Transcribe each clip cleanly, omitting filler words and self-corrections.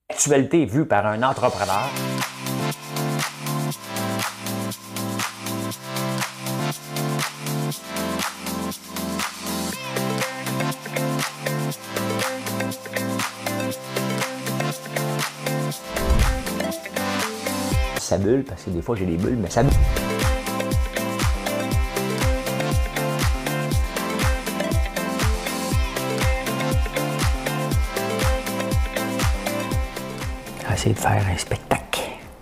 Actualité vue par un entrepreneur. Ça bulle, parce que des fois j'ai des bulles, mais ça bulle. Essayer de faire un spectacle.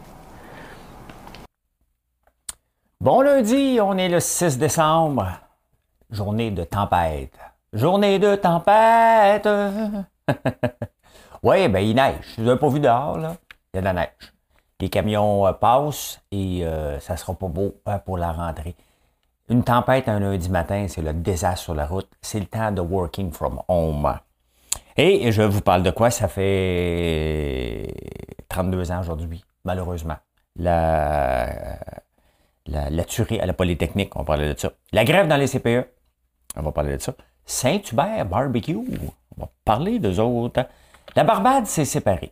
Bon lundi, on est le 6 décembre. Journée de tempête. Journée de tempête. Oui, ben il neige. Vous n'avez pas vu dehors, là? Il y a de la neige. Les camions passent et ça ne sera pas beau pour la rentrée. Une tempête un lundi matin, c'est le désastre sur la route. C'est le temps de working from home. Et je vous parle de quoi? Ça fait 32 ans aujourd'hui, malheureusement. La tuerie à la Polytechnique, on va parler de ça. La grève dans les CPE, on va parler de ça. Saint-Hubert Barbecue, on va parler d'eux autres. La Barbade s'est séparée.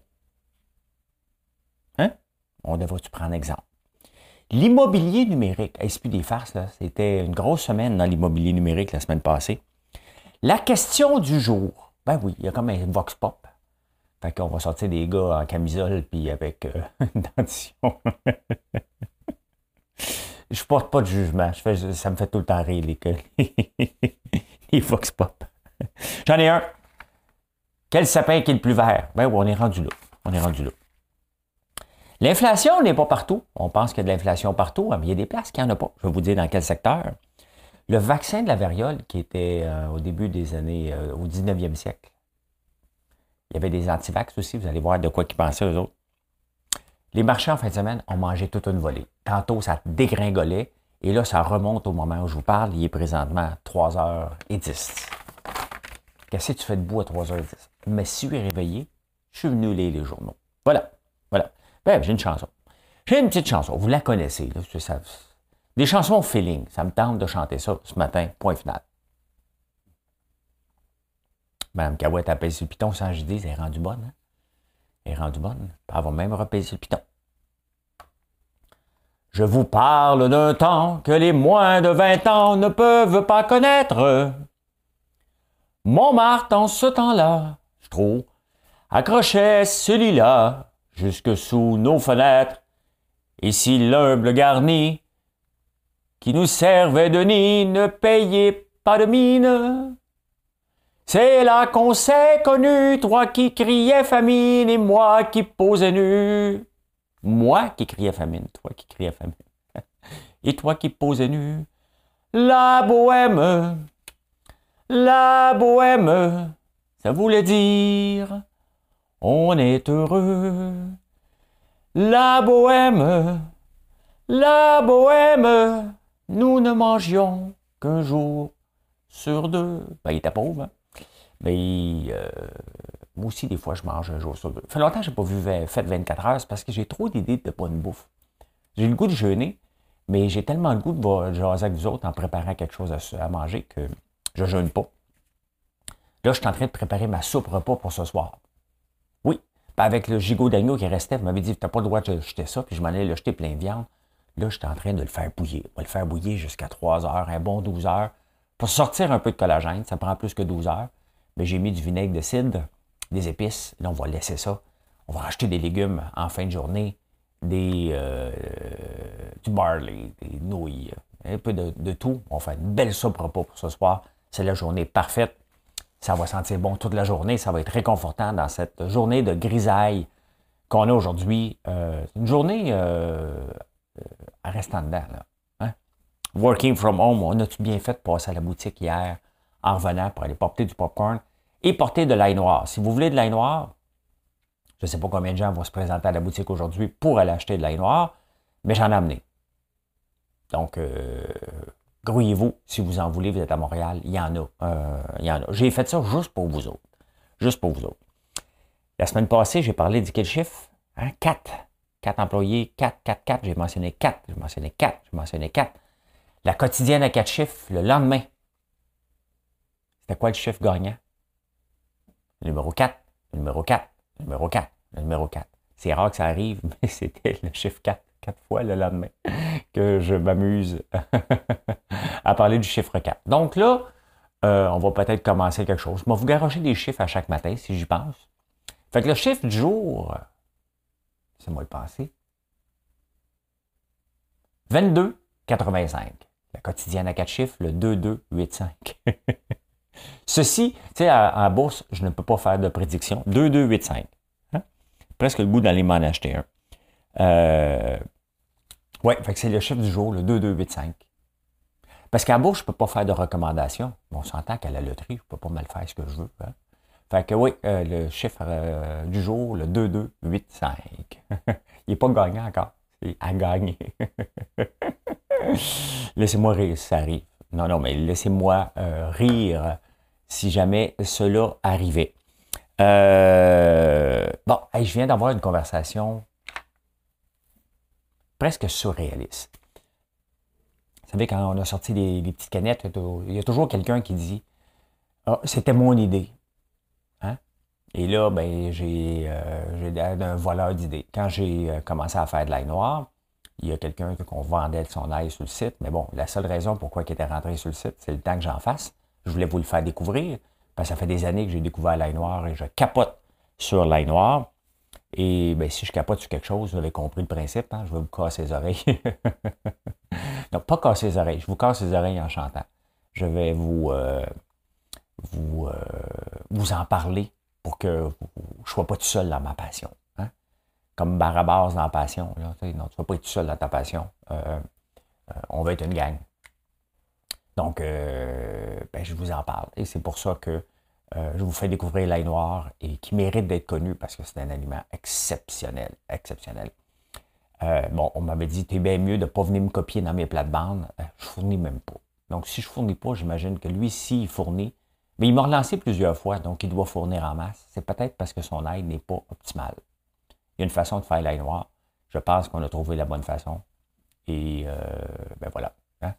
Hein? On devrait-tu prendre exemple? L'immobilier numérique, c'est plus des farces, là. C'était une grosse semaine dans l'immobilier numérique la semaine passée. La question du jour. Ben oui, il y a comme un vox pop. Fait qu'on va sortir des gars en camisole puis avec une dentition. Je porte pas de jugement. Ça me fait tout le temps rire, les vox pop. J'en ai un. Quel sapin qui est le plus vert? Ben oui, on est rendu là. On est rendu là. L'inflation n'est pas partout. On pense qu'il y a de l'inflation partout, mais il y a des places qui n'en a pas. Je vais vous dire dans quel secteur. Le vaccin de la variole, qui était au début des années, au 19e siècle, il y avait des antivax aussi, vous allez voir de quoi ils pensaient eux autres. Les marchés en fin de semaine ont mangé toute une volée. Tantôt, ça dégringolait, et là, ça remonte au moment où je vous parle. Il est présentement 3h10. Qu'est-ce que tu fais debout à 3h10? Mais si je suis réveillé, je suis venu lire les journaux. Voilà. Ben, j'ai une chanson. J'ai une petite chanson, vous la connaissez, là, des chansons feeling. Ça me tente de chanter ça ce matin, point final. Mme Cahouette a payé sur le piton sans JD, elle est rendue bonne. Hein? Elle est rendue bonne. Elle va même repayer sur le piton. Je vous parle d'un temps que les moins de 20 ans ne peuvent pas connaître. Montmartre, en ce temps-là, je trouve, accrochait celui-là jusque sous nos fenêtres. Et si l'humble garni qui nous servait de nid ne payait pas de mine, c'est là qu'on s'est connus, toi qui criais famine et moi qui posais nu. Moi qui criais famine, toi qui criais famine. Et toi qui posais nu. La bohème, ça voulait dire on est heureux. La bohème, nous ne mangions qu'un jour sur deux. Ben, il était pauvre, hein? Mais moi aussi, des fois, je mange un jour sur deux. Ça fait longtemps que je n'ai pas fait 24 heures, c'est parce que j'ai trop d'idées de bonne bouffe. J'ai le goût de jeûner, mais j'ai tellement le goût de jaser avec vous autres en préparant quelque chose à manger que je ne jeûne pas. Là, je suis en train de préparer ma soupe repas pour ce soir. Oui, avec le gigot d'agneau qui restait, vous m'avez dit, tu n'as pas le droit de jeter ça, puis je m'en allais le jeter plein de viande. Là, je suis en train de le faire bouillir. On va le faire bouillir jusqu'à 3 heures, un bon 12 heures. Pour sortir un peu de collagène, ça prend plus que 12 heures. Mais j'ai mis du vinaigre de cidre, des épices. Là, on va laisser ça. On va racheter des légumes en fin de journée, du barley, des nouilles, un peu de tout. On va faire une belle soupe repas pour ce soir. C'est la journée parfaite. Ça va sentir bon toute la journée. Ça va être réconfortant dans cette journée de grisaille qu'on a aujourd'hui. Une journée à rester en dedans, là. Hein? Working from home, on a-tu bien fait de passer à la boutique hier en revenant pour aller porter du popcorn et porter de l'ail noir. Si vous voulez de l'ail noir, je ne sais pas combien de gens vont se présenter à la boutique aujourd'hui pour aller acheter de l'ail noir, mais j'en ai amené. Donc, grouillez-vous si vous en voulez, vous êtes à Montréal, il y en a. J'ai fait ça juste pour vous autres. Juste pour vous autres. La semaine passée, j'ai parlé de quel chiffre? Hein? 4. 4 employés, 4. J'ai mentionné 4. La quotidienne à 4 chiffres, le lendemain. C'était quoi le chiffre gagnant? Le numéro 4. le numéro 4. C'est rare que ça arrive, mais c'était le chiffre 4, 4 fois le lendemain, que je m'amuse à parler du chiffre 4. Donc là, on va peut-être commencer quelque chose. Je vais vous garocher des chiffres à chaque matin, si j'y pense. Fait que le chiffre du jour, c'est moi le passé, 22,85. La quotidienne à 4 chiffres, le 2285. Ceci, tu sais, en bourse, je ne peux pas faire de prédiction. 2285. Hein? Presque le goût d'aller m'en acheter un. Ouais, fait que c'est le chiffre du jour, le 2285. Parce qu'à bourse, je ne peux pas faire de recommandations. On s'entend qu'à la loterie, je ne peux pas mal faire ce que je veux. Hein? Fait que oui, le chiffre du jour, le 2285. Il n'est pas gagnant encore. C'est à gagner. Laissez-moi rire si ça arrive. Non, non, mais laissez-moi rire si jamais cela arrivait. Bon, hey, je viens d'avoir une conversation presque surréaliste. Vous savez, quand on a sorti les petites canettes, il y a toujours quelqu'un qui dit « Ah, c'était mon idée. » Hein? Et là, ben, j'ai un voleur d'idées. Quand j'ai commencé à faire de l'ail noir, il y a quelqu'un qu'on vendait son ail sur le site, mais bon, la seule raison pourquoi il était rentré sur le site, c'est le temps que j'en fasse. Je voulais vous le faire découvrir, parce que ça fait des années que j'ai découvert l'ail noir et je capote sur l'ail noir. Et bien, si je capote sur quelque chose, vous avez compris le principe, hein, je vais vous casser les oreilles. Non, pas casser les oreilles, je vous casse les oreilles en chantant. Je vais vous en parler pour que je ne sois pas tout seul dans ma passion. Hein? Comme Barabas dans la passion. Là, non, tu ne vas pas être tout seul dans ta passion. On va être une gang. Donc, ben, je vous en parle. Et c'est pour ça que je vous fais découvrir l'ail noir et qui mérite d'être connu parce que c'est un aliment exceptionnel. Exceptionnel. Bon, on m'avait dit, t'es bien mieux de ne pas venir me copier dans mes plates-bandes. Je fournis même pas. Donc, si je ne fournis pas, j'imagine que lui, s'il fournit, mais il m'a relancé plusieurs fois, donc il doit fournir en masse. C'est peut-être parce que son ail n'est pas optimal. Il y a une façon de faire l'ail noir. Je pense qu'on a trouvé la bonne façon. Et ben voilà. Hein?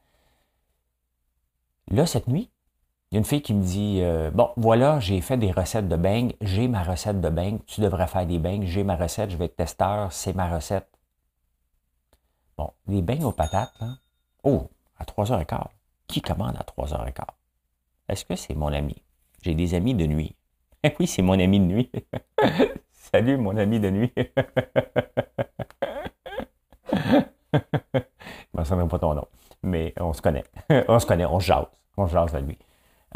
Là, cette nuit, il y a une fille qui me dit bon, voilà, j'ai fait des recettes de beignes, j'ai ma recette de beignes, tu devrais faire des beignes, j'ai ma recette, je vais être testeur, c'est ma recette. Bon, les beignes aux patates, là. Oh, à 3h15. Qui commande à 3h15? Est-ce que c'est mon ami? J'ai des amis de nuit. Oui, c'est mon ami de nuit. Salut, mon ami de nuit. Je ne me souviens pas ton nom, mais on se connaît. On se connaît, on se jase. On se jase de lui.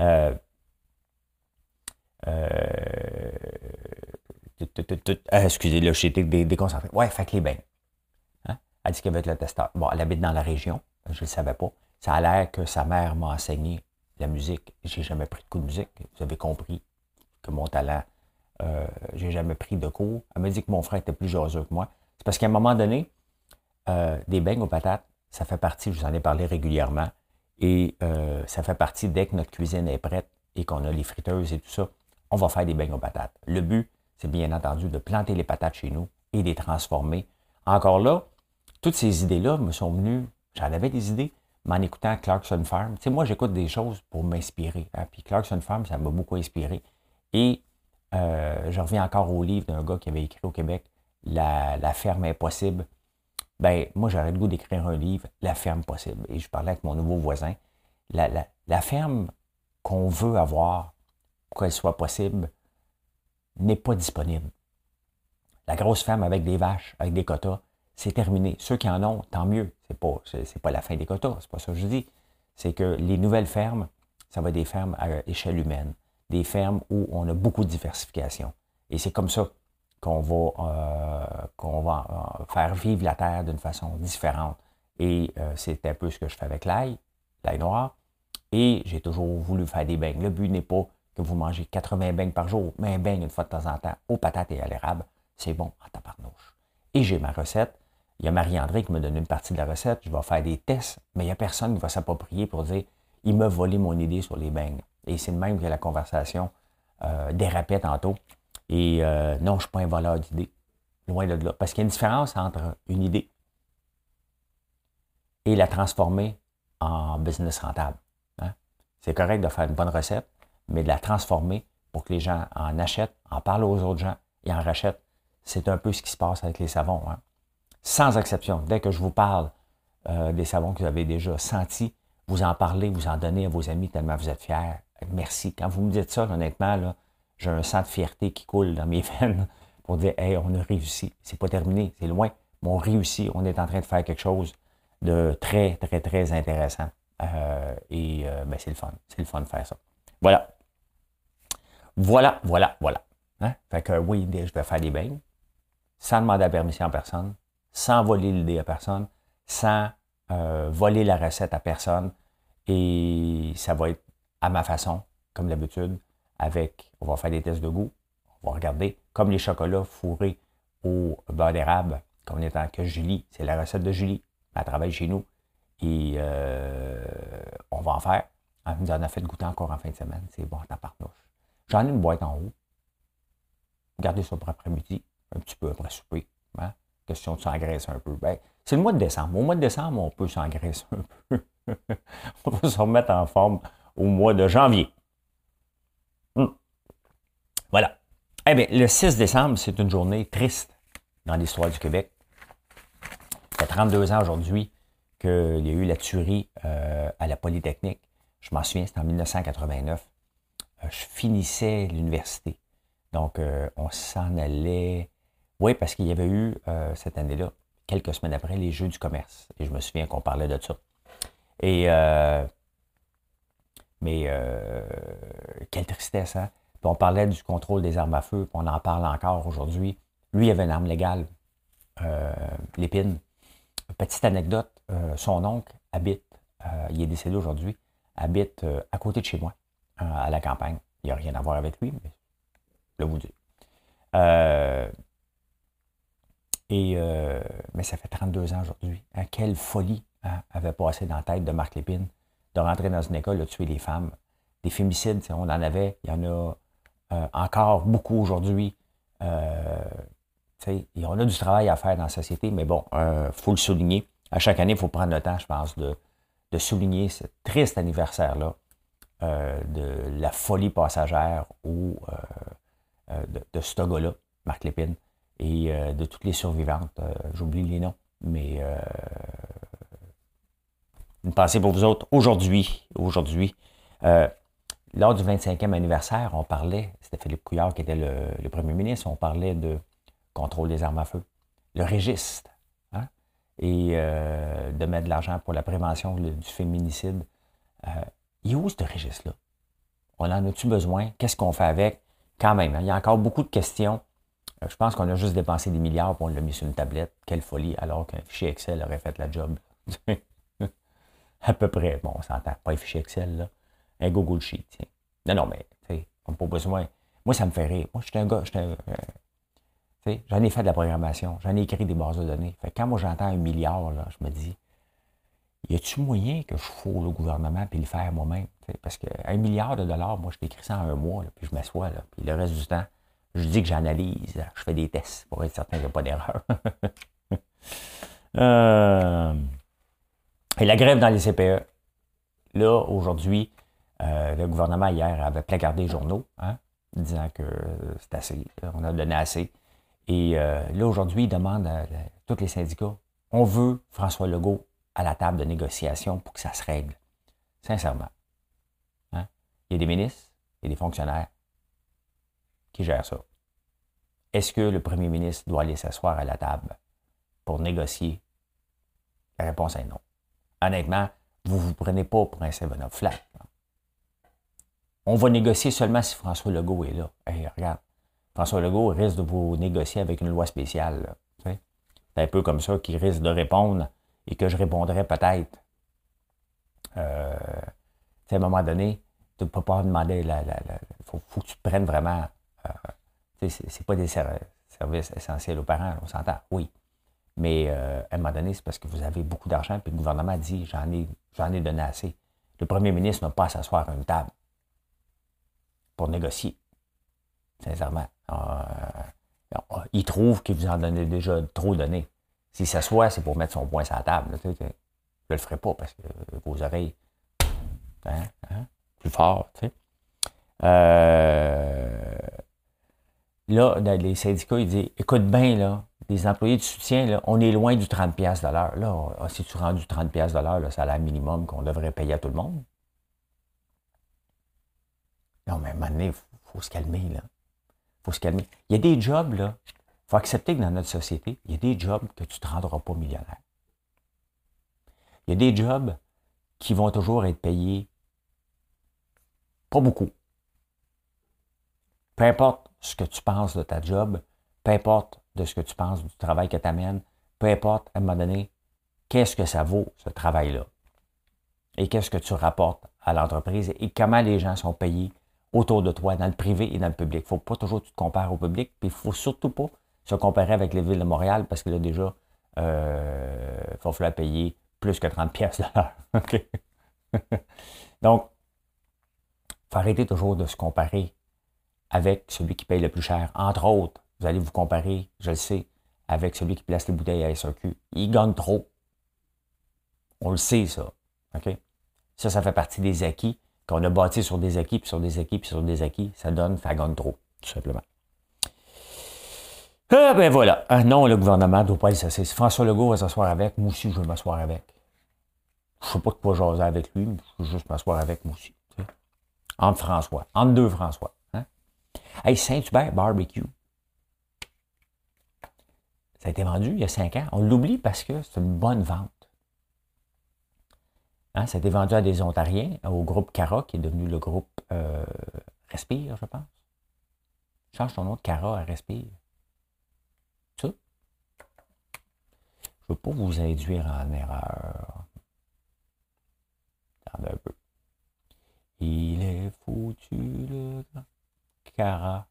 Excusez, là, j'ai été déconcentré. Ouais, fait que les beignes. Hein? Elle dit qu'elle veut être le testeur. Bon, elle habite dans la région. Je ne le savais pas. Ça a l'air que sa mère m'a enseigné la musique. J'ai jamais pris de cours de musique. Vous avez compris que mon talent, j'ai jamais pris de cours. Elle m'a dit que mon frère était plus jaseux que moi. C'est parce qu'à un moment donné, des beignes aux patates, ça fait partie, je vous en ai parlé régulièrement, et ça fait partie, dès que notre cuisine est prête et qu'on a les friteuses et tout ça, on va faire des beignes aux patates. Le but, c'est bien entendu de planter les patates chez nous et de les transformer. Encore là, toutes ces idées-là me sont venues, j'en avais des idées, mais en écoutant Clarkson Farm. Tu sais, moi, j'écoute des choses pour m'inspirer. Hein? Puis Clarkson Farm, ça m'a beaucoup inspiré. Et je reviens encore au livre d'un gars qui avait écrit au Québec, La ferme impossible. Ben, moi, j'aurais le goût d'écrire un livre, La ferme possible. Et je parlais avec mon nouveau voisin. La ferme qu'on veut avoir, pour qu'elle soit possible, n'est pas disponible. La grosse ferme avec des vaches, avec des quotas, c'est terminé. Ceux qui en ont, tant mieux. C'est pas la fin des quotas, c'est pas ça que je dis. C'est que les nouvelles fermes, ça va être des fermes à échelle humaine. Des fermes où on a beaucoup de diversification. Et c'est comme ça qu'on va faire vivre la terre d'une façon différente. Et c'est un peu ce que je fais avec l'ail noir. Et j'ai toujours voulu faire des beignes. Le but n'est pas que vous mangez 80 beignes par jour, mais un beigne une fois de temps en temps aux patates et à l'érable. C'est bon en tabarnouche. Et j'ai ma recette. Il y a Marie-André qui me donne une partie de la recette. Je vais faire des tests, mais il n'y a personne qui va s'approprier pour dire « Il m'a volé mon idée sur les beignes ». Et c'est le même que la conversation dérapait tantôt. Et non, je ne suis pas un voleur d'idées. Loin de là. Parce qu'il y a une différence entre une idée et la transformer en business rentable. Hein? C'est correct de faire une bonne recette, mais de la transformer pour que les gens en achètent, en parlent aux autres gens et en rachètent, c'est un peu ce qui se passe avec les savons. Hein. Sans exception. Dès que je vous parle des savons que vous avez déjà sentis, vous en parlez, vous en donnez à vos amis tellement vous êtes fiers. Merci. Quand vous me dites ça, honnêtement, là, j'ai un sang de fierté qui coule dans mes veines pour dire, hey, on a réussi. C'est pas terminé, c'est loin, mais on réussit. On est en train de faire quelque chose de très, très, très intéressant. Ben, c'est le fun. C'est le fun de faire ça. Voilà. Voilà. Hein? Fait que oui, je vais faire des bains, sans demander la permission à personne, sans voler l'idée à personne, sans voler la recette à personne. Et ça va être à ma façon, comme d'habitude, on va faire des tests de goût, on va regarder, comme les chocolats fourrés au beurre d'érable, comme étant que Julie, c'est la recette de Julie, elle travaille chez nous, et on va en faire. Elle nous en a fait goûter encore en fin de semaine, c'est bon, t'en parnouche. J'en ai une boîte en haut, gardez ça pour après-midi, un petit peu après souper, hein? Question de s'engraisser un peu. Ben, c'est le mois de décembre. Au mois de décembre, on peut s'engraisser un peu. On va se remettre en forme au mois de janvier. Voilà. Eh bien, le 6 décembre, c'est une journée triste dans l'histoire du Québec. Ça fait 32 ans aujourd'hui qu'il y a eu la tuerie à la Polytechnique. Je m'en souviens, c'était en 1989. Je finissais l'université. Donc, on s'en allait... Oui, parce qu'il y avait eu, cette année-là, quelques semaines après, les Jeux du commerce. Et je me souviens qu'on parlait de ça. Et, quelle tristesse, hein? Puis on parlait du contrôle des armes à feu, puis on en parle encore aujourd'hui. Lui, il avait une arme légale, l'épine. Petite anecdote, son oncle habite, il est décédé aujourd'hui, habite à côté de chez moi, à la campagne. Il n'y a rien à voir avec lui, mais je vais vous dire. Mais ça fait 32 ans aujourd'hui. Hein, quelle folie avait passé dans la tête de Marc Lépine de rentrer dans une école, de tuer les femmes. Des fémicides, on en avait, il y en a encore beaucoup aujourd'hui. Et on a du travail à faire dans la société, mais bon, il faut le souligner. À chaque année, il faut prendre le temps, je pense, de souligner ce triste anniversaire-là de la folie passagère de ce gars-là, Marc Lépine, et de toutes les survivantes. J'oublie les noms, mais une pensée pour vous autres. Aujourd'hui, lors du 25e anniversaire, on parlait, c'était Philippe Couillard qui était le premier ministre, on parlait de contrôle des armes à feu, le registre, hein, et de mettre de l'argent pour la prévention du féminicide. Il est où ce registre-là? On en a-tu besoin? Qu'est-ce qu'on fait avec? Quand même, hein, il y a encore beaucoup de questions. Je pense qu'on a juste dépensé des milliards et on l'a mis sur une tablette. Quelle folie, alors qu'un fichier Excel aurait fait la job. À peu près, bon, on s'entend, pas un fichier Excel, là. Un Google Sheet, tiens. Non, mais, tu sais, on n'a pas besoin. Moi, ça me fait rire. Moi, j'étais un gars, j'en ai fait de la programmation, j'en ai écrit des bases de données. Fait que quand moi, j'entends 1 milliard, là, je me dis, y a-tu moyen que je fourre le gouvernement puis le faire moi-même? T'sais, parce que 1 milliard de dollars, moi, je t'écris ça en un mois, là, puis je m'assois, là, puis le reste du temps, je dis que j'analyse, je fais des tests pour être certain qu'il n'y a pas d'erreur. Et la grève dans les CPE. Là, aujourd'hui, le gouvernement, hier, avait placardé les journaux, hein, disant que c'est assez, on a donné assez. Et là, aujourd'hui, il demande à tous les syndicats, on veut François Legault à la table de négociation pour que ça se règle. Sincèrement. Hein? Il y a des ministres et des fonctionnaires qui gèrent ça. Est-ce que le premier ministre doit aller s'asseoir à la table pour négocier? La réponse est non. Honnêtement, vous ne vous prenez pas pour un 7-up flat. Là. On va négocier seulement si François Legault est là. Hey, regarde, François Legault risque de vous négocier avec une loi spéciale. C'est un peu comme ça qu'il risque de répondre et que je répondrais peut-être. À un moment donné, tu ne peux pas demander, faut que tu te prennes vraiment. C'est pas des services essentiels aux parents, on s'entend, oui. Mais à un moment donné, c'est parce que vous avez beaucoup d'argent, puis le gouvernement dit j'en ai donné assez. Le premier ministre n'a pas à s'asseoir à une table pour négocier. Sincèrement. Il trouve qu'il vous en donnez déjà trop donné. S'il s'assoit, c'est pour mettre son poing sur la table. Je ne le ferai pas parce que vos oreilles, plus fort. Tu sais. là, les syndicats, ils disent, écoute bien, là, les employés de soutien, là, on est loin du 30$ de l'heure. Là, si tu rendu 30$ de l'heure, le salaire minimum qu'on devrait payer à tout le monde. Non, mais à un moment donné, il faut se calmer, là. Il faut se calmer. Il y a des jobs, là. Il faut accepter que dans notre société, il y a des jobs que tu ne te rendras pas millionnaire. Il y a des jobs qui vont toujours être payés pas beaucoup. Peu importe ce que tu penses de ta job, peu importe de ce que tu penses du travail que tu amènes, peu importe, à un moment donné, qu'est-ce que ça vaut, ce travail-là? Et qu'est-ce que tu rapportes à l'entreprise et comment les gens sont payés autour de toi, dans le privé et dans le public. Il ne faut pas toujours que tu te compares au public, puis il ne faut surtout pas se comparer avec les villes de Montréal parce que là, déjà, il va falloir payer plus que 30$ de l'heure. OK? Donc, il faut arrêter toujours de se comparer avec celui qui paye le plus cher. Entre autres, vous allez vous comparer, je le sais, avec celui qui place les bouteilles à SAQ. Il gagne trop. On le sait, ça. OK? Ça fait partie des acquis qu'on a bâti sur des acquis, puis sur des acquis, puis sur des acquis. Ça donne, ça gagne trop, tout simplement. Ah, ben voilà. Ah, non, le gouvernement ne doit pas être assez. Si François Legault va s'asseoir avec, moi aussi, je vais m'asseoir avec. Je ne sais pas de quoi jaser avec lui, mais je veux juste m'asseoir avec, moi aussi. Tu sais. Entre François. Entre deux François. Hein? Hey, Saint-Hubert Barbecue. Ça a été vendu il y a 5 ans. On l'oublie parce que c'est une bonne vente. Hein, ça a été vendu à des Ontariens, au groupe Cara, qui est devenu le groupe Respire, je pense. Change ton nom de Cara à Respire. Ça. Je ne veux pas vous induire en erreur. Attendez un peu. Il est foutu, le Cara.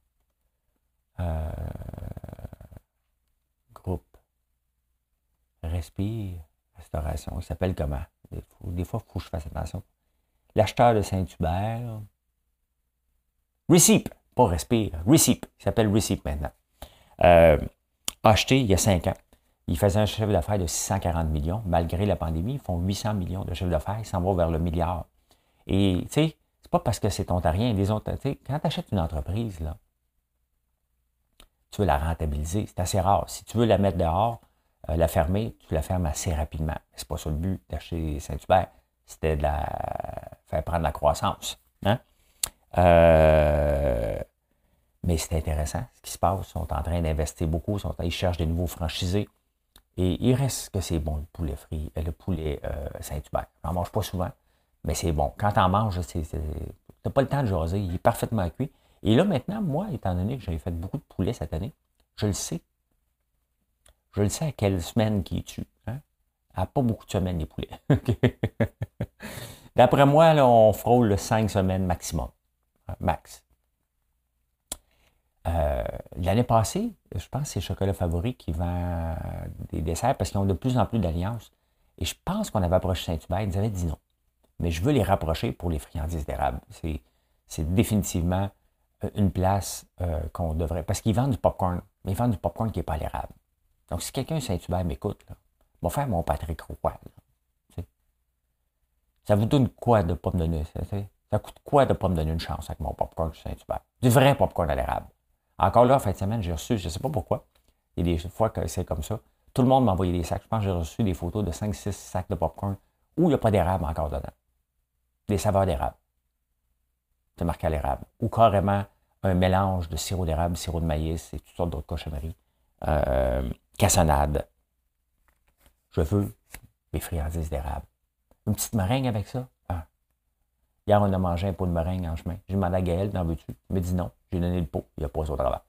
Groupe Respire, Restauration. Il s'appelle comment? Des fois, il faut que je fasse attention. L'acheteur de Saint-Hubert. Recip, pas Respire. Recip. Il s'appelle Recip maintenant. Acheté il y a 5 ans. Il faisait un chiffre d'affaires de 640 millions. Malgré la pandémie, ils font 800 millions de chiffre d'affaires. Ils s'en vont vers le milliard. Et, tu sais, c'est pas parce que c'est ontarien. Les autres, quand tu achètes une entreprise, là, tu veux la rentabiliser. C'est assez rare. Si tu veux la mettre dehors, la fermer, tu la fermes assez rapidement. C'est pas ça le but d'acheter Saint-Hubert. C'était de la faire prendre la croissance. Hein? Mais c'est intéressant ce qui se passe. Ils sont en train d'investir beaucoup. Ils cherchent des nouveaux franchisés. Et il reste que c'est bon, le poulet frit, le poulet Saint-Hubert. J'en mange pas souvent, mais c'est bon. Quand tu en manges, tu n'as pas le temps de jaser. Il est parfaitement cuit. Et là, maintenant, moi, étant donné que j'avais fait beaucoup de poulet cette année, je le sais. Je le sais à quelle semaine qui est tue. Hein? À pas beaucoup de semaines, les poulets. D'après moi, là, on frôle 5 semaines maximum. Max. L'année passée, je pense que c'est Chocolat Favori qui vend des desserts parce qu'ils ont de plus en plus d'alliances. Et je pense qu'on avait approché Saint-Hubert, ils nous avaient dit non. Mais je veux les rapprocher pour les friandises d'érable. C'est définitivement une place qu'on devrait... Parce qu'ils vendent du popcorn, mais ils vendent du popcorn qui n'est pas à l'érable. Donc, si quelqu'un Saint-Hubert m'écoute, je vais faire mon Patrick Roy. Là, ça vous donne quoi de ne pas me donner? Ça coûte quoi de ne pas me donner une chance avec mon popcorn Saint-Hubert? Du vrai popcorn à l'érable. Encore là, en fin de semaine, j'ai reçu, je ne sais pas pourquoi, il y a des fois que c'est comme ça, tout le monde m'a envoyé des sacs. Je pense que j'ai reçu des photos de 5-6 sacs de popcorn où il n'y a pas d'érable encore dedans. Des saveurs d'érable. C'est marqué à l'érable. Ou carrément un mélange de sirop d'érable, sirop de maïs et toutes sortes d'autres cochonneries. Cassonade. Je veux mes friandises d'érable. Une petite meringue avec ça. Ah. Hier, on a mangé un pot de meringue en chemin. J'ai demandé à Gaël, n'en veux-tu? Il m'a dit non. J'ai donné le pot. Il a passé au travail.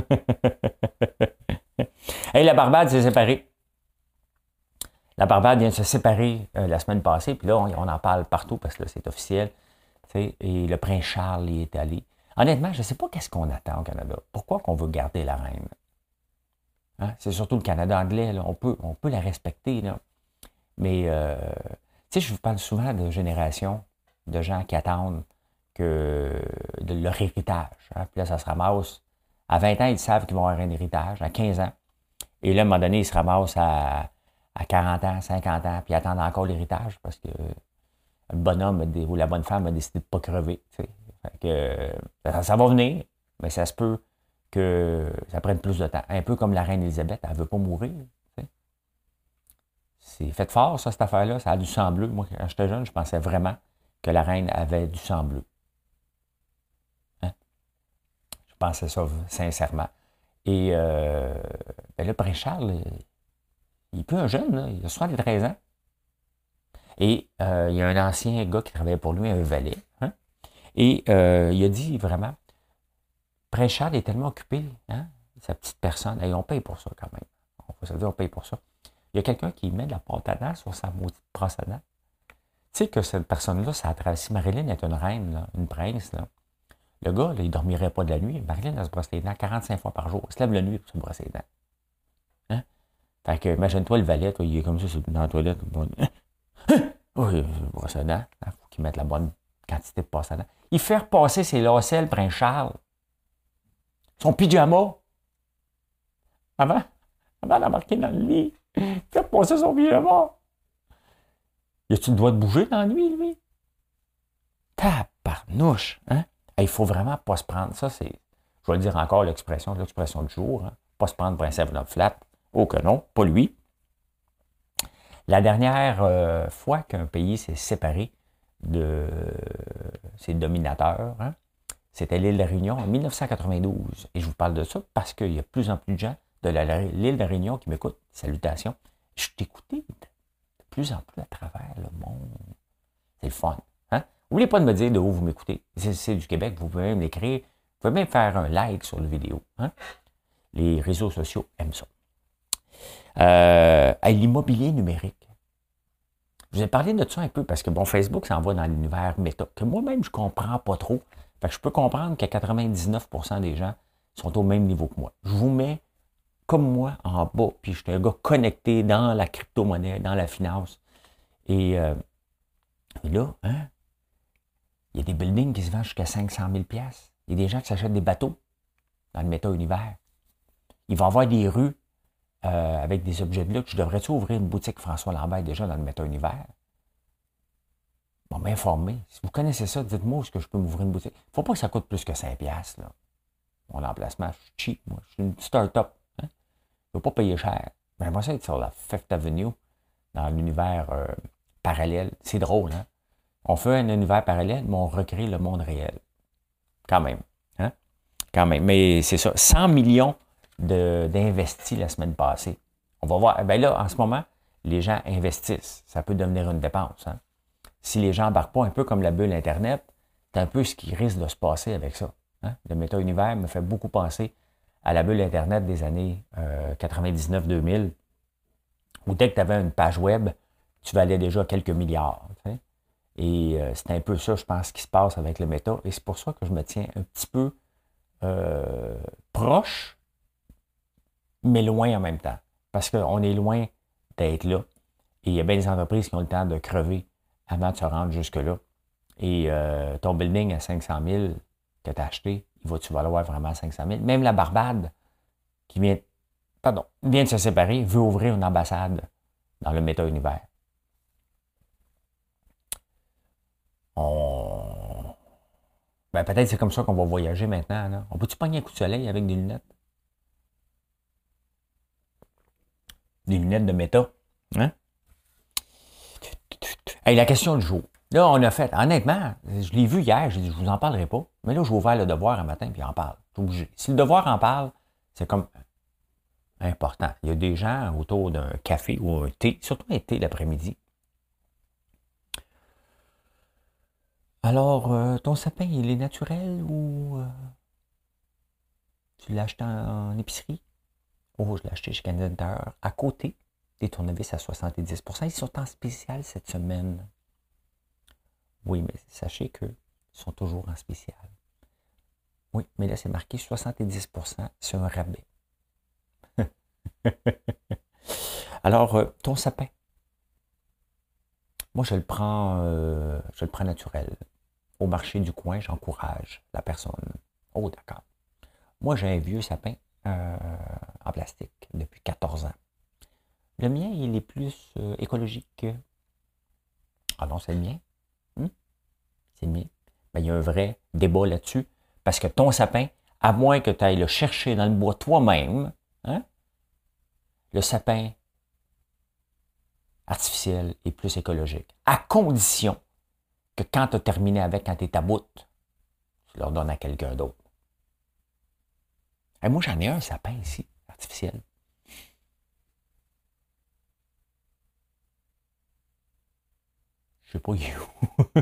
Hey, la Barbade s'est séparée. La Barbade vient de se séparer la semaine passée. Puis là, on en parle partout parce que là, c'est officiel. Et le prince Charles y est allé. Honnêtement, je ne sais pas qu'est-ce qu'on attend au Canada. Pourquoi qu'on veut garder la reine? Hein? C'est surtout le Canada anglais. Là. On peut la respecter. Là. Mais, tu sais, je vous parle souvent de génération de gens qui attendent de leur héritage. Hein? Puis là, ça se ramasse. À 20 ans, ils savent qu'ils vont avoir un héritage. À 15 ans. Et là, à un moment donné, ils se ramassent à 40 ans, 50 ans, puis ils attendent encore l'héritage parce que le bonhomme ou la bonne femme a décidé de ne pas crever. Fait que, ça va venir, mais ça se peut que ça prenne plus de temps. Un peu comme la reine Élisabeth, elle ne veut pas mourir. C'est fait fort, ça, cette affaire-là. Ça a du sang bleu. Moi, quand j'étais jeune, je pensais vraiment que la reine avait du sang bleu. Hein? Je pensais ça sincèrement. Et ben là, Prince Charles, il est plus un jeune, là. Il a 73 ans. Et il y a un ancien gars qui travaillait pour lui, un valet. Hein? Et il a dit vraiment, Prince Charles est tellement occupé, hein, sa petite personne, et on paye pour ça quand même. On va se dire, on paye pour ça. Il y a quelqu'un qui met de la pâte à dents sur sa maudite brosse à dents. Tu sais que cette personne-là, ça a traversé. Marilyn est une reine, là, une prince. Là. Le gars, là, il ne dormirait pas de la nuit. Marilyn, elle se brosse les dents 45 fois par jour. Il se lève la nuit pour se brosser les dents. Hein? Fait que, imagine-toi le valet, toi, il est comme ça dans la toilette. Oh, il brosse les dents. Il faut qu'il mette la bonne quantité de pâte à dents. Il fait repasser ses lacets, le Prince Charles. Son pyjama. Avant d'embarquer dans le lit. Il fait repasser son pyjama. Y a-tu le droit de bouger dans la nuit, lui? Tabarnouche, hein? Il faut vraiment pas se prendre. Ça, c'est, je vais le dire encore, l'expression du jour. Hein? Pas se prendre pour un 7-up flat. Oh que non, pas lui. La dernière fois qu'un pays s'est séparé de ses dominateurs, hein, c'était l'île de la Réunion en 1992. Et je vous parle de ça parce qu'il y a de plus en plus de gens de l'île de la Réunion qui m'écoutent. Salutations. Je t'écoutais de plus en plus à travers le monde. C'est le fun. Hein? N'oubliez pas de me dire de où vous m'écoutez. Si c'est du Québec, vous pouvez même l'écrire. Vous pouvez même faire un like sur la vidéo. Hein? Les réseaux sociaux aiment ça. À l'immobilier numérique. Je vous ai parlé de ça un peu parce que, bon, Facebook s'en va dans l'univers méta, que moi-même, je ne comprends pas trop. Fait que je peux comprendre que 99% des gens sont au même niveau que moi. Je vous mets comme moi en bas, puis je suis un gars connecté dans la crypto-monnaie, dans la finance. Et là, hein, il y a des buildings qui se vendent jusqu'à 500 000 $. Il y a des gens qui s'achètent des bateaux dans le méta-univers. Il va y avoir des rues avec des objets de luxe. Je devrais-tu ouvrir une boutique François Lambert déjà dans le méta-univers? Bon, m'informer. Si vous connaissez ça, dites-moi où est-ce que je peux m'ouvrir une boutique. Il ne faut pas que ça coûte plus que 5 $, là. Mon emplacement, je suis cheap, moi. Je suis une start-up. Hein? Je ne veux pas payer cher. Mais j'aimerais ça être sur la Fifth Avenue, dans l'univers parallèle. C'est drôle, hein? On fait un univers parallèle, mais on recrée le monde réel. Quand même. Hein? Quand même. Mais c'est ça. 100 millions d'investis la semaine passée. On va voir. Ben là, en ce moment, les gens investissent. Ça peut devenir une dépense. Hein? Si les gens n'embarquent pas un peu comme la bulle Internet, c'est un peu ce qui risque de se passer avec ça. Hein? Le méta-univers me fait beaucoup penser à la bulle Internet des années 99-2000, où dès que tu avais une page web, tu valais déjà quelques milliards. Tu sais? Et c'est un peu ça, je pense, qui se passe avec le méta. Et c'est pour ça que je me tiens un petit peu proche, mais loin en même temps. Parce qu'on est loin d'être là. Et il y a bien des entreprises qui ont le temps de crever avant de se rendre jusque-là. Et ton building à 500 000 que tu as acheté, il va-tu valoir vraiment 500 000? Même la Barbade, qui vient de se séparer, veut ouvrir une ambassade dans le méta-univers. Ben, peut-être c'est comme ça qu'on va voyager maintenant. Là. On peut-tu pogner un coup de soleil avec des lunettes? Des lunettes de méta. Hein? Hey, la question du jour. Là, on a fait, honnêtement, je l'ai vu hier, j'ai dit, je vous en parlerai pas. Mais là, j'ai ouvert le devoir un matin, puis il en parle. Je suis obligé. Si le devoir en parle, c'est comme important. Il y a des gens autour d'un café ou un thé, surtout un thé l'après-midi. Alors, ton sapin, il est naturel ou tu l'as acheté en épicerie? Oh, je l'ai acheté chez Canadian Tire. À côté, des tournevis à 70%. Ils sont en spécial cette semaine. Oui, mais sachez qu'ils sont toujours en spécial. Oui, mais là, c'est marqué 70%, c'est un rabais. Alors, ton sapin. Moi, je le prends naturel. Au marché du coin, j'encourage la personne. Oh, d'accord. Moi, j'ai un vieux sapin en plastique depuis 14 ans. Le mien, il est plus écologique. Ah non, c'est le mien. C'est le mien. Ben, il y a un vrai débat là-dessus. Parce que ton sapin, À moins que tu ailles le chercher dans le bois toi-même, hein, le sapin artificiel est plus écologique. À condition que quand tu as terminé avec, quand tu es à bout, tu leur donnes à quelqu'un d'autre. Et moi, j'en ai un sapin ici, artificiel. Je sais pas il est où.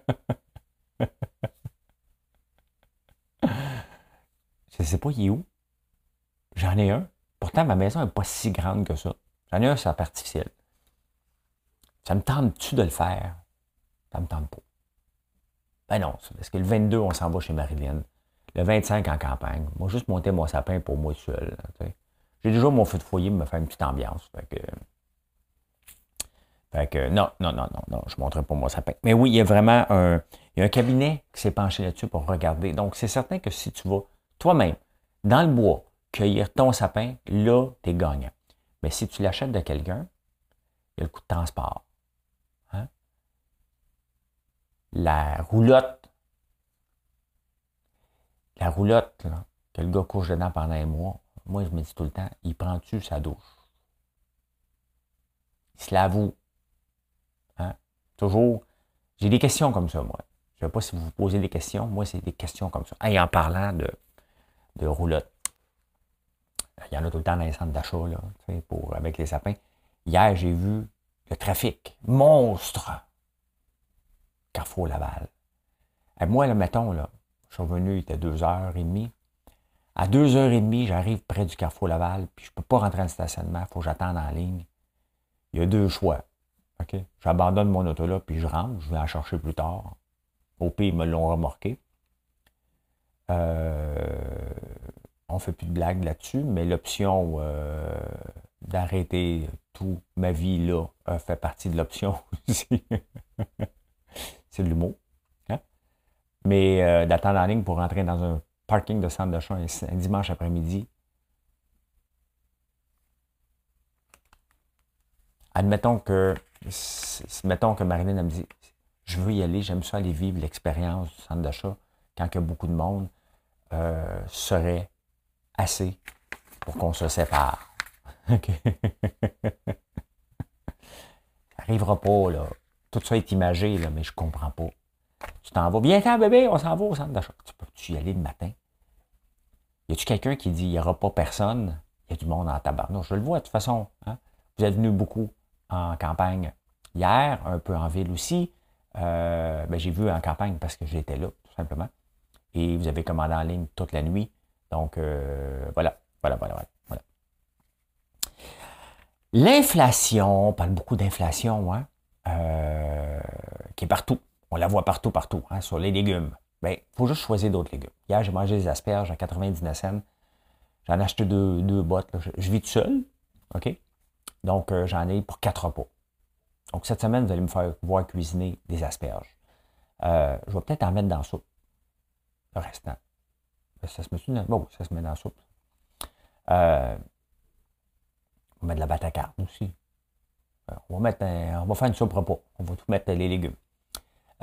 Je sais pas il est où. J'en ai un. Pourtant, ma maison n'est pas si grande que ça. J'en ai un sapin artificiel. Ça me tente-tu de le faire? Ça me tente pas. Ben non, parce que le 22, on s'en va chez Marilyn. Le 25 en campagne. Moi, juste monter mon sapin pour moi seul. J'ai déjà mon feu de foyer pour me faire une petite ambiance. Non, je ne montrerai pas mon sapin. Mais oui, il y a vraiment il y a un cabinet qui s'est penché là-dessus pour regarder. Donc, c'est certain que si tu vas toi-même, dans le bois, cueillir ton sapin, là, tu es gagnant. Mais si tu l'achètes de quelqu'un, il y a le coût de transport. Hein? La roulotte, là, que le gars couche dedans pendant un mois, moi, je me dis tout le temps, il prend-tu sa douche? Il se lave où? Hein? Toujours. J'ai des questions comme ça, moi. Je ne sais pas si vous vous posez des questions. Moi, c'est des questions comme ça. Et en parlant de roulotte, il y en a tout le temps dans les centres d'achat, là, avec les sapins. Hier, j'ai vu le trafic. Monstre! Carrefour Laval. Et moi, là, mettons, là, je suis revenu, il était 2h30. À 2h30, j'arrive près du Carrefour Laval, puis je ne peux pas rentrer dans le stationnement, il faut que j'attende en ligne. Il y a deux choix. OK? J'abandonne mon auto là, puis je rentre, je vais en chercher plus tard. Au pire, ils me l'ont remorqué. On ne fait plus de blagues là-dessus, mais l'option d'arrêter toute ma vie là fait partie de l'option aussi. C'est de l'humour. Hein? Mais d'attendre en ligne pour rentrer dans un parking de centre d'achat un dimanche après-midi, admettons que Marilyn elle me dit je veux y aller, j'aime ça aller vivre l'expérience du centre d'achat quand il y a beaucoup de monde, serait assez pour qu'on se sépare. OK? Ça n'arrivera pas, là. Tout ça est imagé, là, mais je comprends pas. Tu t'en vas. Viens, bébé, on s'en va au centre d'achat. Tu peux-tu y aller le matin? Y a-tu quelqu'un qui dit il n'y aura pas personne? Il y a du monde en tabarnouche. Je le vois de toute façon. Hein? Vous êtes venus beaucoup en campagne hier, un peu en ville aussi. J'ai vu en campagne parce que j'étais là, tout simplement. Et vous avez commandé en ligne toute la nuit. Donc, voilà. L'inflation, on parle beaucoup d'inflation, hein, qui est partout. On la voit partout, hein, sur les légumes. Bien, il faut juste choisir d'autres légumes. Hier, j'ai mangé des asperges à 99 cents. J'en ai acheté deux bottes. Là. Je vis tout seul, OK? Donc, j'en ai pour 4 repas. Donc, cette semaine, vous allez me faire voir cuisiner des asperges. Je vais peut-être en mettre dans la soupe. Le restant. Ça se met bon, ça se met dans la soupe. On va mettre de la batte à carne aussi. On va faire une soupe repas. On va tout mettre les légumes. Il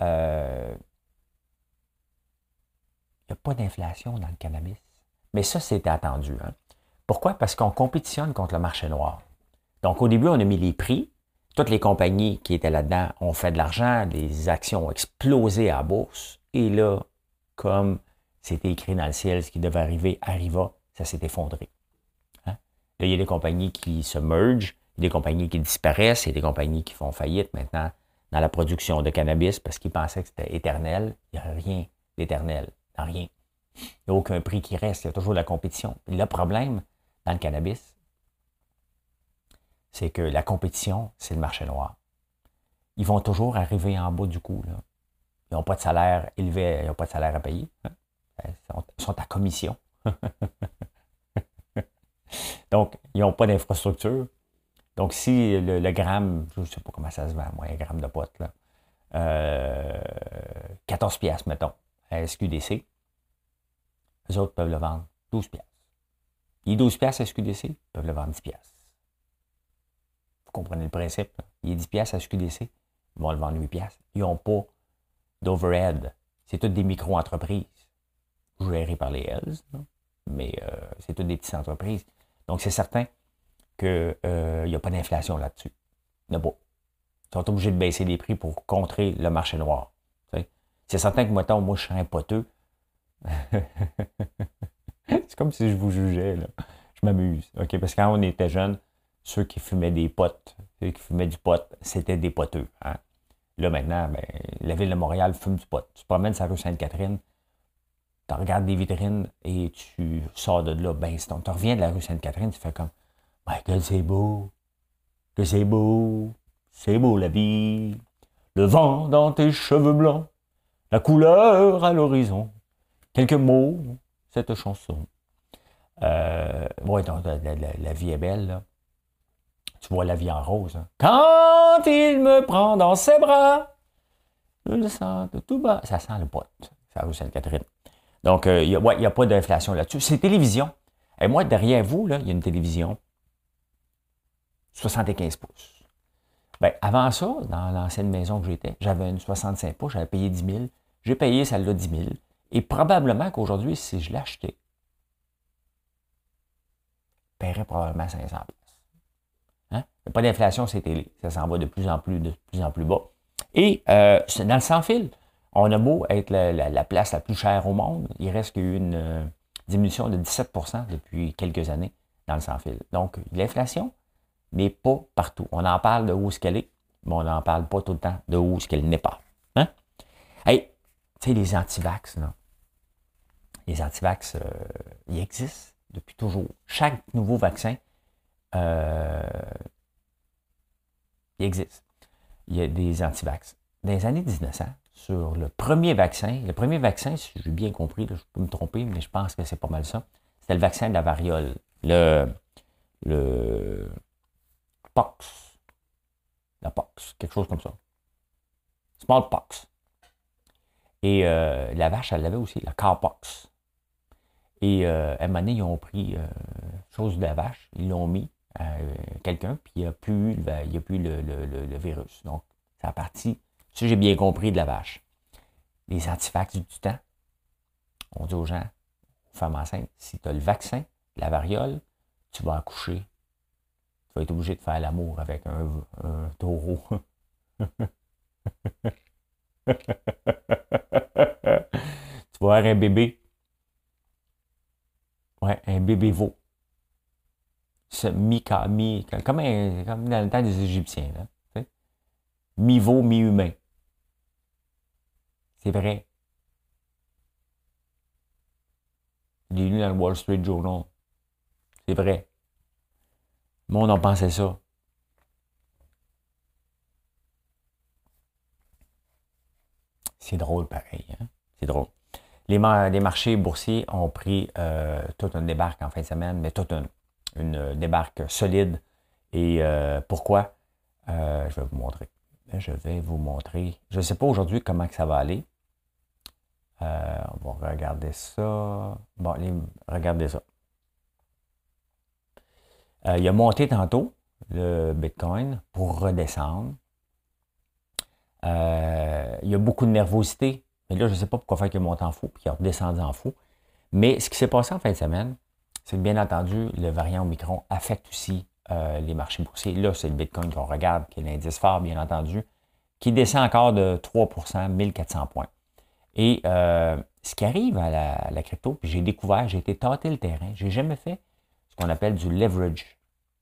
n'y a pas d'inflation dans le cannabis. Mais ça, c'était attendu. Hein? Pourquoi? Parce qu'on compétitionne contre le marché noir. Donc, au début, on a mis les prix. Toutes les compagnies qui étaient là-dedans ont fait de l'argent. Les actions ont explosé à la bourse. Et là, comme c'était écrit dans le ciel, ce qui devait arriver arriva, ça s'est effondré. Hein? Là, il y a des compagnies qui se mergent, il y a des compagnies qui disparaissent, il y a des compagnies qui font faillite maintenant dans la production de cannabis parce qu'ils pensaient que c'était éternel. Il n'y a rien d'éternel, rien. Il n'y a aucun prix qui reste, il y a toujours de la compétition. Et le problème dans le cannabis, c'est que la compétition, c'est le marché noir. Ils vont toujours arriver en bas du coup. Là. Ils n'ont pas de salaire élevé, ils n'ont pas de salaire à payer. Hein? Ils sont à commission. Donc, ils n'ont pas d'infrastructure. Donc, si le gramme, je ne sais pas comment ça se vend, moi, un gramme de pot, là, 14 piastres, mettons, à SQDC, eux autres peuvent le vendre 12 piastres. Il est 12 piastres à SQDC, ils peuvent le vendre 10 piastres. Vous comprenez le principe? Là? Il est 10 piastres à SQDC, ils vont le vendre 8 piastres. Ils n'ont pas d'overhead. C'est toutes des micro-entreprises. gérées par les Hells, là. Mais c'est toutes des petites entreprises. Donc, c'est certain qu'il n'y a pas d'inflation là-dessus. Il n'y en a pas. Ils sont obligés de baisser les prix pour contrer le marché noir. T'sais. C'est certain que, mettons, moi, je serais un poteux. C'est comme si je vous jugeais, là. Je m'amuse. OK? Parce que quand on était jeunes, ceux qui fumaient des potes, ceux qui fumaient du pot, c'était des poteux. Hein? Là, maintenant, ben, la ville de Montréal fume du pot. Tu te promènes sur la rue Sainte-Catherine, tu regardes des vitrines et tu sors de là. Ben, si tu reviens de la rue Sainte-Catherine, tu fais comme que c'est beau, c'est beau la vie. Le vent dans tes cheveux blancs, la couleur à l'horizon. Quelques mots, cette chanson. Ouais, donc, la vie est belle, là. Tu vois la vie en rose. Hein. Quand il me prend dans ses bras, je le sens de tout bas. Ça sent le pot. C'est la rue Sainte-Catherine. Donc, il n'y a pas d'inflation là-dessus. C'est télévision. Et moi, derrière vous, là, il y a une télévision 75 pouces. Ben, avant ça, dans l'ancienne maison que j'étais, j'avais une 65 pouces, j'avais payé 10 000. J'ai payé celle-là 10 000. Et probablement qu'aujourd'hui, si je l'achetais, je paierais probablement 500 $. Hein? Il n'y a pas d'inflation, c'est télé. Ça s'en va de plus en plus bas. Et dans le sans-fil, on a beau être la place la plus chère au monde, il reste qu'il y a eu une diminution de 17 % depuis quelques années dans le sans-fil. Donc, l'inflation n'est pas partout. On en parle de où est-ce qu'elle est, mais on n'en parle pas tout le temps de où est-ce qu'elle n'est pas. Hein? Hey, tu sais, les antivax, là. Les antivax, ils existent depuis toujours. Chaque nouveau vaccin, il existe. Il y a des antivax. Dans les années 1900, sur le premier vaccin, si j'ai bien compris, là, je peux me tromper, mais je pense que c'est pas mal ça, c'était le vaccin de la variole. Le pox. La pox, quelque chose comme ça. Smallpox. Et la vache, elle l'avait aussi, la cowpox. Et à un moment donné, ils ont pris chose de la vache, ils l'ont mis à quelqu'un, puis il n'y a plus, le virus. Donc, c'est à partir, si j'ai bien compris, de la vache. Les antivax du temps, on dit aux gens, aux femmes enceintes, si tu as le vaccin, la variole, tu vas accoucher. Tu vas être obligé de faire l'amour avec un taureau. Tu vas avoir un bébé. Ouais, un bébé veau. Comme dans le temps des Égyptiens. Là, mi-veau, mi-humain. C'est vrai. Je l'ai lu dans le Wall Street Journal. C'est vrai. Le monde en pensait ça. C'est drôle pareil. Hein? C'est drôle. Les marchés boursiers ont pris toute une débarque en fin de semaine, mais toute une débarque solide. Et pourquoi? Je vais vous montrer. Je ne sais pas aujourd'hui comment que ça va aller. On va regarder ça. Bon, allez, regardez ça. Il a monté tantôt, le Bitcoin, pour redescendre. Il y a beaucoup de nervosité. Mais là, je ne sais pas pourquoi faire qu'il est monté en fou, puis qu'il est redescendu en fou. Mais ce qui s'est passé en fin de semaine, c'est que bien entendu, le variant Omicron affecte aussi les marchés boursiers. Là, c'est le Bitcoin qu'on regarde, qui est l'indice phare, bien entendu, qui descend encore de 3 %, 1400 points. Et ce qui arrive à la crypto, puis j'ai été tâter le terrain. J'ai jamais fait ce qu'on appelle du leverage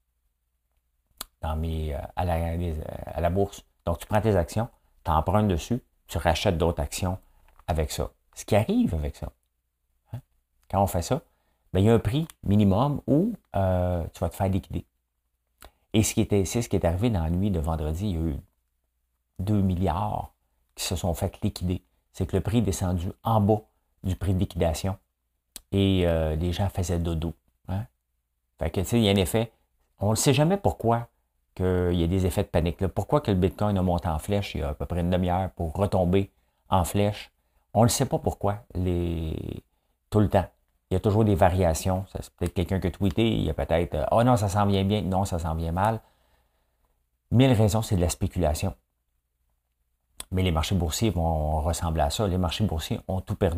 à la bourse. Donc, tu prends tes actions, tu empruntes dessus, tu rachètes d'autres actions avec ça. Ce qui arrive avec ça, hein, quand on fait ça, bien, il y a un prix minimum où tu vas te faire liquider. Et c'est ce qui est arrivé dans la nuit de vendredi. Il y a eu 2 milliards qui se sont fait liquider. C'est que le prix est descendu en bas du prix de liquidation et les gens faisaient dodo. Hein? Fait que, tu sais, il y a un effet. On ne sait jamais pourquoi qu'il y a des effets de panique. Là. Pourquoi que le Bitcoin a monté en flèche il y a à peu près une demi-heure pour retomber en flèche? On ne sait pas pourquoi tout le temps. Il y a toujours des variations. C'est peut-être quelqu'un qui a tweeté, il y a peut-être oh non, ça s'en vient bien, non, ça s'en vient mal. 1000 raisons, c'est de la spéculation. Mais les marchés boursiers vont ressembler à ça. Les marchés boursiers ont tout perdu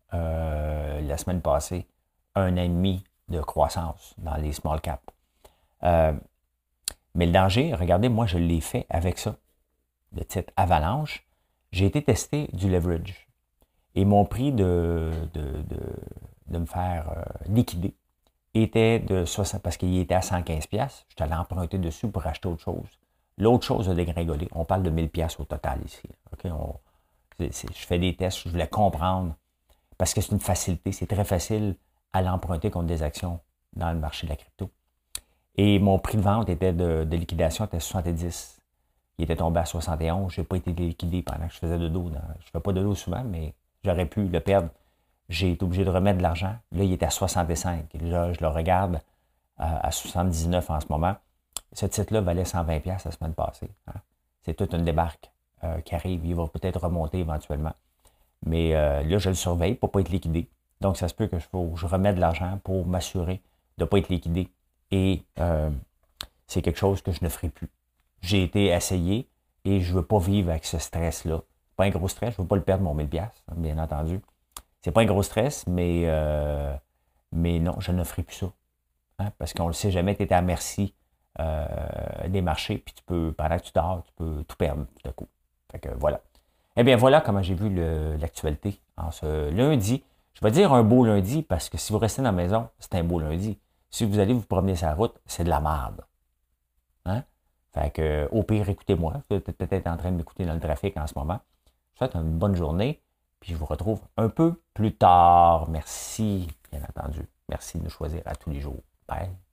la semaine passée, 1,5 de croissance dans les small caps. Mais le danger, regardez, moi, je l'ai fait avec ça, le titre Avalanche. J'ai été tester du leverage. Et mon prix de me faire liquider était de 60, parce qu'il était à 115$. Je allé emprunter dessus pour acheter autre chose. L'autre chose a dégringolé. On parle de 1000$ au total ici. Okay? Je fais des tests, je voulais comprendre, parce que c'est une facilité. C'est très facile à l'emprunter contre des actions dans le marché de la crypto. Et mon prix de vente était de liquidation était 70. Il était tombé à 71. Je n'ai pas été liquidé pendant que je faisais de dos. Je ne fais pas de dos souvent, mais j'aurais pu le perdre. J'ai été obligé de remettre de l'argent. Là, il était à 65. Là, je le regarde à 79 en ce moment. Ce titre-là valait 120$ la semaine passée. Hein. C'est toute une débarque qui arrive. Il va peut-être remonter éventuellement. Mais là, je le surveille pour ne pas être liquidé. Donc, ça se peut que je remette de l'argent pour m'assurer de ne pas être liquidé. Et c'est quelque chose que je ne ferai plus. J'ai été essayé et je ne veux pas vivre avec ce stress-là. Pas un gros stress, je ne veux pas le perdre, mon 1000$, bien entendu. C'est pas un gros stress, mais non, je ne ferai plus ça. Hein, parce qu'on ne le sait jamais, tu es à la merci des marchés, puis tu peux, pendant que tu dors, tu peux tout perdre tout à coup. Fait que voilà. Eh bien, voilà comment j'ai vu l'actualité en ce lundi. Je vais dire un beau lundi, parce que si vous restez dans la maison, c'est un beau lundi. Si vous allez vous promener sur la route, c'est de la merde. Hein? Fait que, au pire, écoutez-moi. Vous êtes peut-être en train de m'écouter dans le trafic en ce moment. Je vous souhaite une bonne journée. Puis je vous retrouve un peu plus tard. Merci, bien entendu. Merci de nous choisir à tous les jours. Bye.